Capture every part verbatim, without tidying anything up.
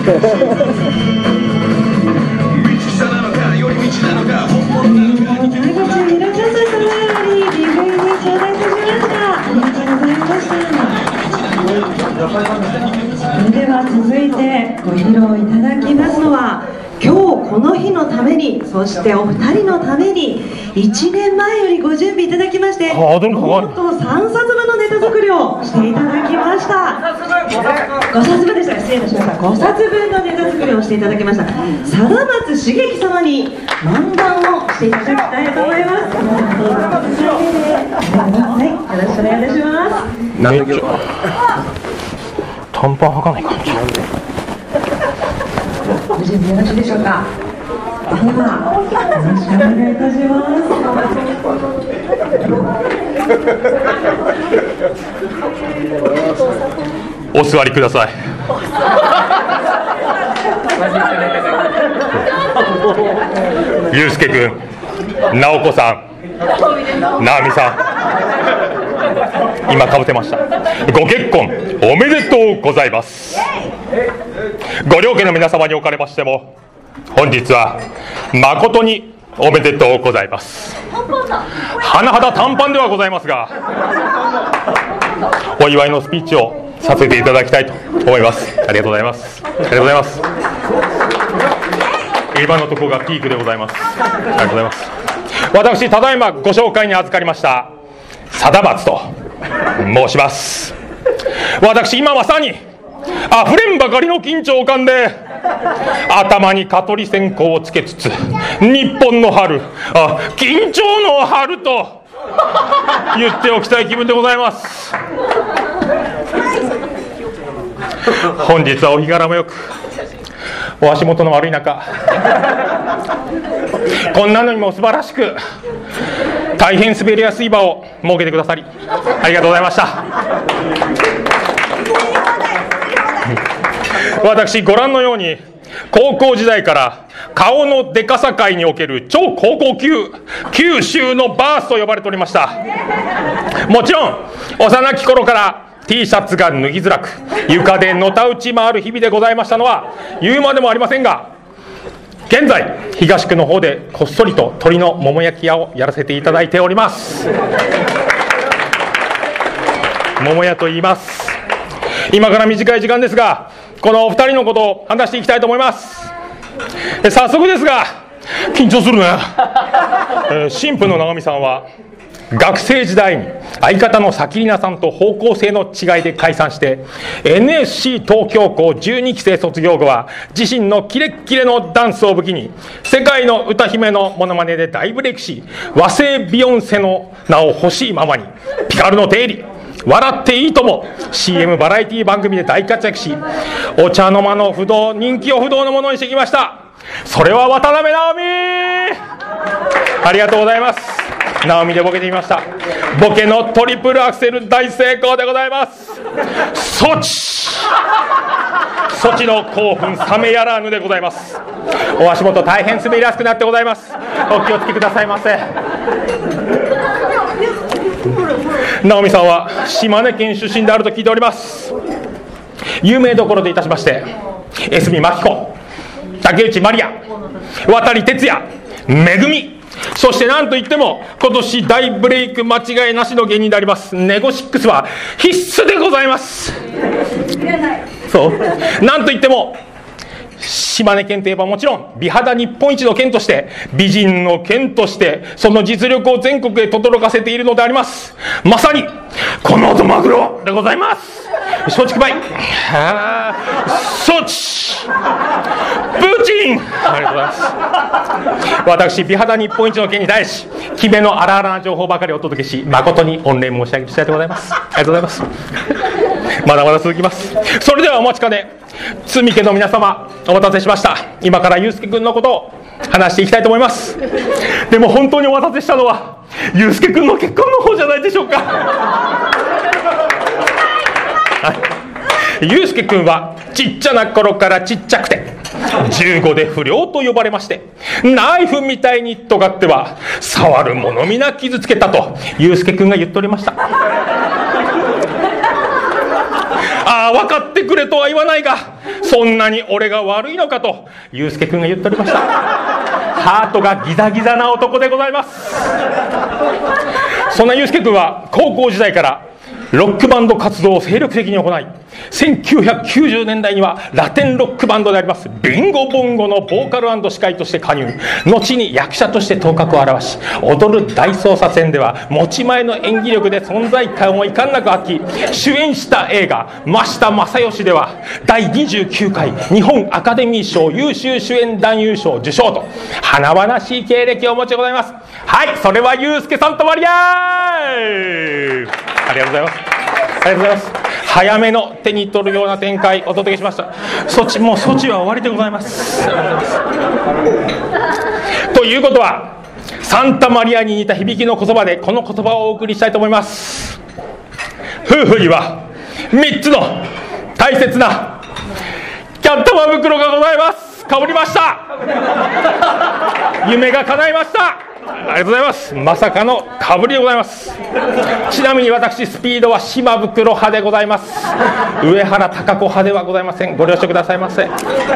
では続いてご披露いただきますのは、今日この日のために、そしてお二人のためにいちねんまえよりご準備いただきまして、ノートさんさつぶんのネタ作りをしていただきました。ごさつぶんでした。失礼しました。ごさつぶんのネタ作りをしていただきました。貞松茂樹様に漫談をしていただきたいと思います。はい、よろしくお願いいたします。 なんで短パン履かないかんじゃん。 ご準備よろしいでしょうか。では、よろしくお願いいたします。 お座りください。ゆうすけくん、なおこさん、なあみさん、今かぶせました。ご結婚おめでとうございます。ご両家の皆様におかれましても、本日は誠におめでとうございます。甚だ短パンではございますが、お祝いのスピーチをさせていただきたいと思います。ありがとうございます。ありがとうございます。今のところがピークでございます。ありがとうございます。私、ただいまご紹介に預かりました貞松と申します。私、今まさにあふれんばかりの緊張感で、頭に蚊取り線香をつけつつ、日本の春、あ緊張の春と言っておきたい気分でございます。本日はお日柄もよく、お足元の悪い中、こんなのにも素晴らしく大変滑りやすい場を設けてくださりありがとうございました。私、ご覧のように高校時代から顔のでかさ界における超高校級、九州のバースと呼ばれておりました。もちろん幼き頃から T シャツが脱ぎづらく、床でのたうち回る日々でございましたのは言うまでもありませんが、現在東区の方でこっそりと鶏の桃焼き屋をやらせていただいております。桃屋と言います。今から短い時間ですが、このお二人のことを話していきたいと思います。早速ですが、緊張するね。新婦の長見さんは学生時代に相方のさきりなさんと方向性の違いで解散して エヌエスシー 東京校じゅうにきせい卒業後は自身のキレッキレのダンスを武器に世界の歌姫のモノマネで大ブレイクし、和製ビヨンセの名を欲しいままにピカルの定理、笑っていいとも シーエム バラエティ番組で大活躍し、お茶の間の不動、人気を不動のものにしてきました。それは渡辺直美。ありがとうございます。直美でボケてみました。ボケのトリプルアクセル大成功でございます。ソチソチの興奮冷めやらぬでございます。お足元大変滑りやすくなってございます。お気をつけくださいませ。直美さんは島根県出身であると聞いております。有名どころといたしまして江角真紀子、竹内まりや、渡哲也、めぐみ、そして何といっても今年大ブレイク間違いなしの芸人でありますネゴシックスは必須でございます。そう何といっても島根県といえばもちろん美肌日本一の県として、美人の県としてその実力を全国へ轟かせているのであります。まさにこの音マグロでございます。松竹梅、ソチ、プーチン、ありがとうございます。私美肌日本一の県に対し決めの荒々な情報ばかりお届けし、誠に御礼申し上げる次第でございます。ありがとうございます。まだまだ続きます。それではお待ちかね、つみ家の皆様お待たせしました。今からゆうすけくんのことを話していきたいと思います。でも本当にお待たせしたのはゆうすけくんの結婚の方じゃないでしょうか。ゆうすけくんはちっちゃな頃からちっちゃくてじゅうごで不良と呼ばれまして、ナイフみたいに尖っては触る者皆傷つけたとゆうすけくんが言っておりました。ああ分かってくれとは言わないが、 そんなに俺が悪いのかと祐介君が言っておりました。ハートがギザギザな男でございます。そんな祐介君は高校時代からロックバンド活動を精力的に行い、せんきゅうひゃくきゅうじゅうねんだいにはラテンロックバンドでありますビンゴボンゴのボーカル&司会として加入、後に役者として頭角を現し、踊る大捜査線では持ち前の演技力で存在感をいかんなく発揮、主演した映画真下正義ではだいにじゅうきゅうかい日本アカデミー賞優秀主演男優賞受賞と華々しい経歴をお持ちでございます。はい、それは祐介さんとマリアー。ありがとうございます。ありがとうございます。早めの手に取るような展開お届けしました。措置もう措置は終わりでございます。ということはサンタマリアに似た響きの言葉でこの言葉をお送りしたいと思います。夫婦にはみっつの大切なキャットマ袋がございます。かぶりました。夢が叶いました。ありがとうございます。まさかのかぶりでございます。ちなみに私スピードは島袋派でございます。上原貴子派ではございません。ご了承くださいませ。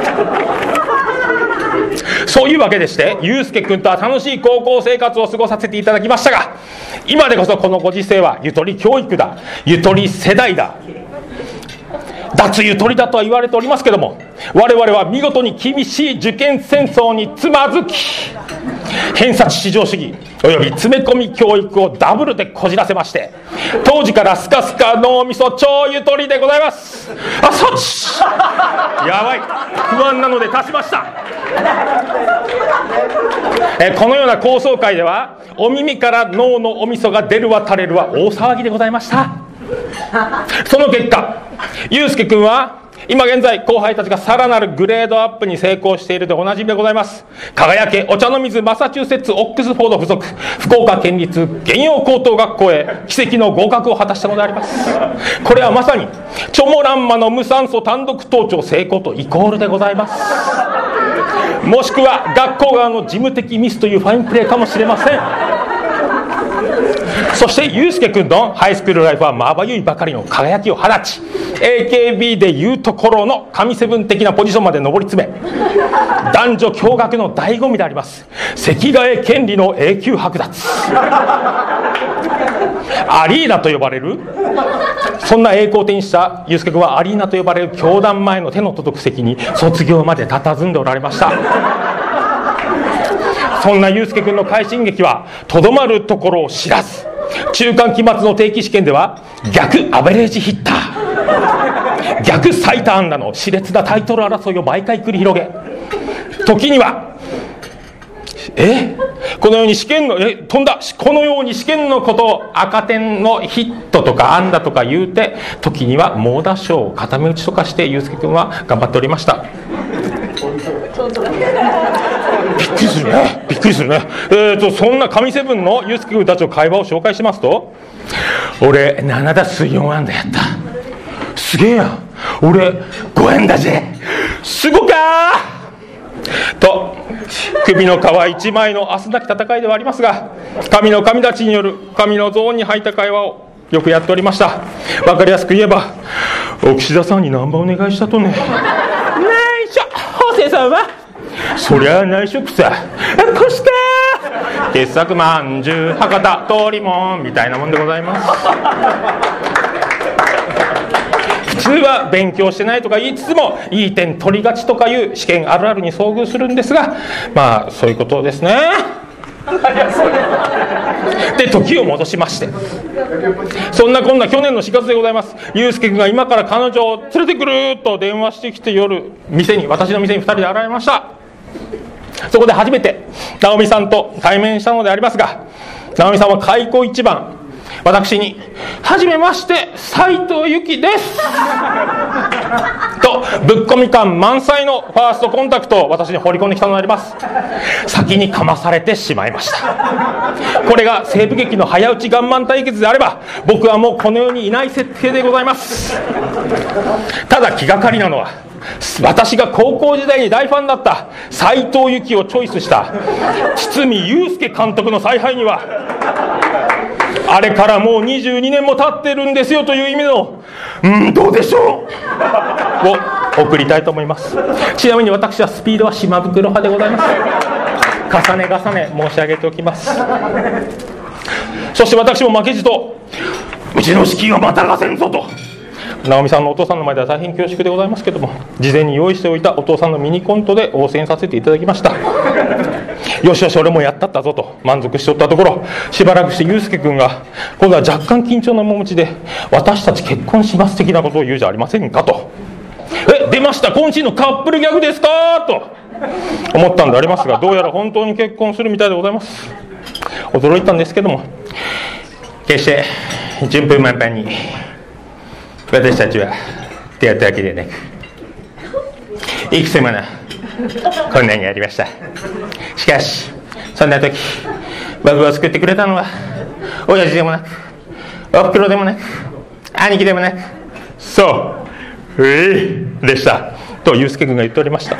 そういうわけでして祐介君とは楽しい高校生活を過ごさせていただきましたが、今でこそこのご時世はゆとり教育だ、ゆとり世代だ、脱ゆとりだとは言われておりますけども、我々は見事に厳しい受験戦争につまずき、偏差値至上主義および詰め込み教育をダブルでこじらせまして、当時からスカスカ脳みそ超ゆとりでございます。あ、そっちやばい、不安なので足しました。えこのような高層階ではお耳から脳のおみそが出るわ垂れるは大騒ぎでございました。その結果祐介君は今現在後輩たちがさらなるグレードアップに成功しているでおなじみでございます。輝けお茶の水マサチューセッツオックスフォード附属福岡県立原陽高等学校へ奇跡の合格を果たしたのであります。これはまさにチョモランマの無酸素単独登頂成功とイコールでございます。もしくは学校側の事務的ミスというファインプレーかもしれません。そして祐介君のハイスクールライフはまばゆいばかりの輝きを放ち、 エーケービー でいうところの神セブン的なポジションまで上り詰め、男女共学の醍醐味であります席替え権利の永久剥奪、アリーナと呼ばれる、そんな栄光を手にした祐介君はアリーナと呼ばれる教壇前の手の届く席に卒業まで佇んでおられました。そんな祐介君の快進撃はとどまるところを知らず、中間期末の定期試験では逆アベレージヒッター、逆最多安打の熾烈なタイトル争いを毎回繰り広げ、時にはえこのように試験のえ飛んだこのように試験のことを赤点のヒットとか安打とか言うて、時には猛打賞固め打ちとかして祐介君は頑張っておりました。びっくりするね、びっくりするね。えーとそんな神セブンの祐介君たちの会話を紹介しますと、俺ななだすうよんあんだやった、すげえや、俺ごえんだぜ、すごかーと首の皮一枚の明日なき戦いではありますが、神の神たちによる神のゾーンに入った会話をよくやっておりました。わかりやすく言えば、お岸田さんにナンバーお願いしたとね。内緒法政さんはそりゃあ内職さ、こしか傑作まんじゅう博多通りもんみたいなもんでございます。普通は勉強してないとか言いつつもいい点取りがちとかいう試験あるあるに遭遇するんですが、まあそういうことですね。で時を戻しまして、そんなこんな去年のしがつでございます。祐介君が今から彼女を連れてくると電話してきて、夜店に私の店にふたりで現れました。そこで初めて直美さんと対面したのでありますが、直美さんは開口一番私に「はじめまして斉藤由貴です」とぶっ込み感満載のファーストコンタクトを私に放り込んできたのであります。先にかまされてしまいました。これが西部劇の早打ちガンマン対決であれば、僕はもうこの世にいない設定でございます。ただ気がかりなのは、私が高校時代に大ファンだった斉藤由貴をチョイスした堤祐介監督の采配には、あれからもうにじゅうにねんも経ってるんですよという意味の「うんどうでしょう」を送りたいと思います。ちなみに私はスピードは島袋派でございます。重ね重ね申し上げておきます。そして私も負けじと、うちの資金はまたがせんぞと、直美さんのお父さんの前では大変恐縮でございますけども、事前に用意しておいたお父さんのミニコントで応戦させていただきました。よしよし俺もやったったぞと満足しておったところ、しばらくして祐介君が今度は若干緊張の面持ちで、私たち結婚します的なことを言うじゃありませんかと。え、出ました、今週のカップルギャグですかと思ったんでありますが、どうやら本当に結婚するみたいでございます。驚いたんですけども、決して順風満帆に私たちは出会ったわけではなく、いくつもの困難がありました。しかしそんな時僕を救ってくれたのは親父でもなくおふくろでもなく兄貴でもなく、そうえいでしたと祐介君が言っておりました。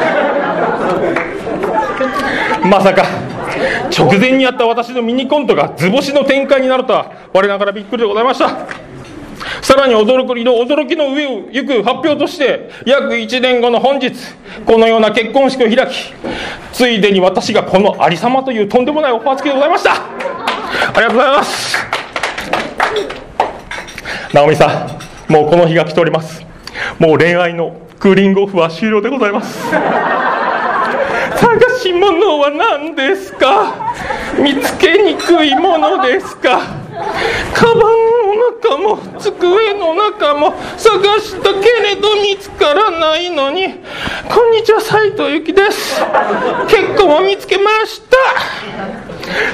まさか直前にやった私のミニコントが図星の展開になるとは我ながらびっくりでございました。さらに驚きの驚きの上を行く発表として、約いちねんごの本日このような結婚式を開き、ついでに私がこのありさまというとんでもないオファー付きでございました。ありがとうございます。直美さん、もうこの日が来ております。もう恋愛のクーリングオフは終了でございます。探し物は何ですか？見つけにくいものですか？カバンの中も机の中も探したけれど見つからないのに、こんにちは斉藤由貴です、結婚を見つけました。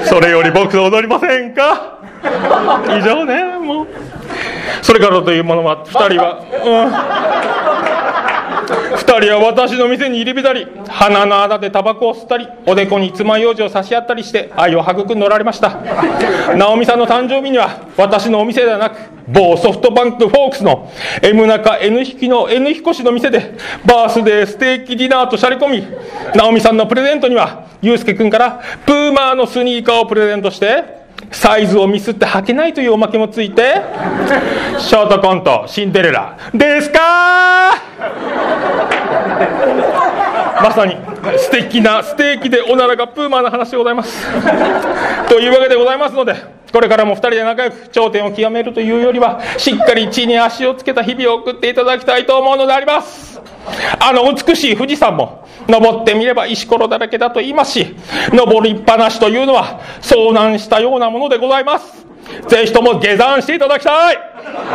それより僕と踊りませんか？以上ね。もうそれからというものはふたりは、うん、ふたりは私の店に入り浸り、鼻の穴でタバコを吸ったり、おでこに爪楊枝を差し合ったりして愛を育んでおられました。直美さんの誕生日には私のお店ではなく、某ソフトバンクフォークスの M 中 N 引きの N 彦氏の店でバースデーステーキディナーとしゃれ込み、直美さんのプレゼントには祐介君からプーマーのスニーカーをプレゼントして、サイズをミスって履けないというおまけもついて、ショートコントシンデレラですかー。まさに素敵なステーキでおならがプーマーの話でございます。というわけでございますので、これからもふたりで仲良く頂点を極めるというよりは、しっかり地に足をつけた日々を送っていただきたいと思うのであります。あの美しい富士山も登ってみれば石ころだらけだと言いますし、登りっぱなしというのは遭難したようなものでございます。ぜひとも下山していただきたい。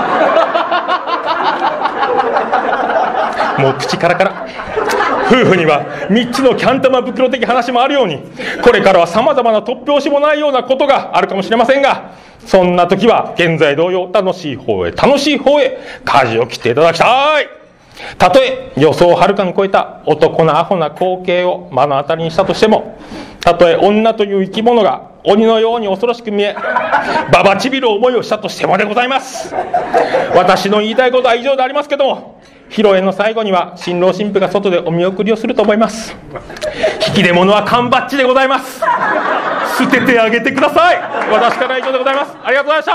もう口からから夫婦にはみっつのキャン玉袋的話もあるように、これからはさまざまな突拍子もないようなことがあるかもしれませんが、そんな時は現在同様楽しい方へ楽しい方へ舵を切っていただきたい。たとえ予想をはるかに超えた男のアホな光景を目の当たりにしたとしても、たとえ女という生き物が鬼のように恐ろしく見え、ババチビる思いをしたとしてもでございます。私の言いたいことは以上でありますけども、披露宴の最後には新郎新婦が外でお見送りをすると思います。引き出物は缶バッジでございます。捨ててあげてください。私からは以上でございます。ありがとうございました。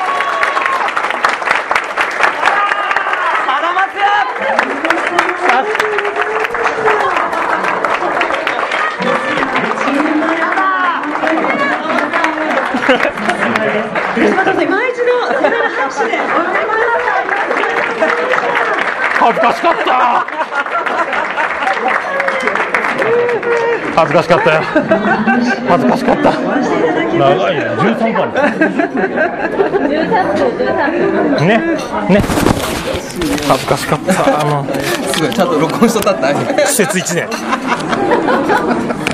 今一度それの拍手でお願いします。 恥ずかしかった恥ずかしかったよ恥ずかしかった。長いね、じゅうさんぷんねね、恥ずかしかった。あのすごいちゃんと録音しとったった。 施設いちねん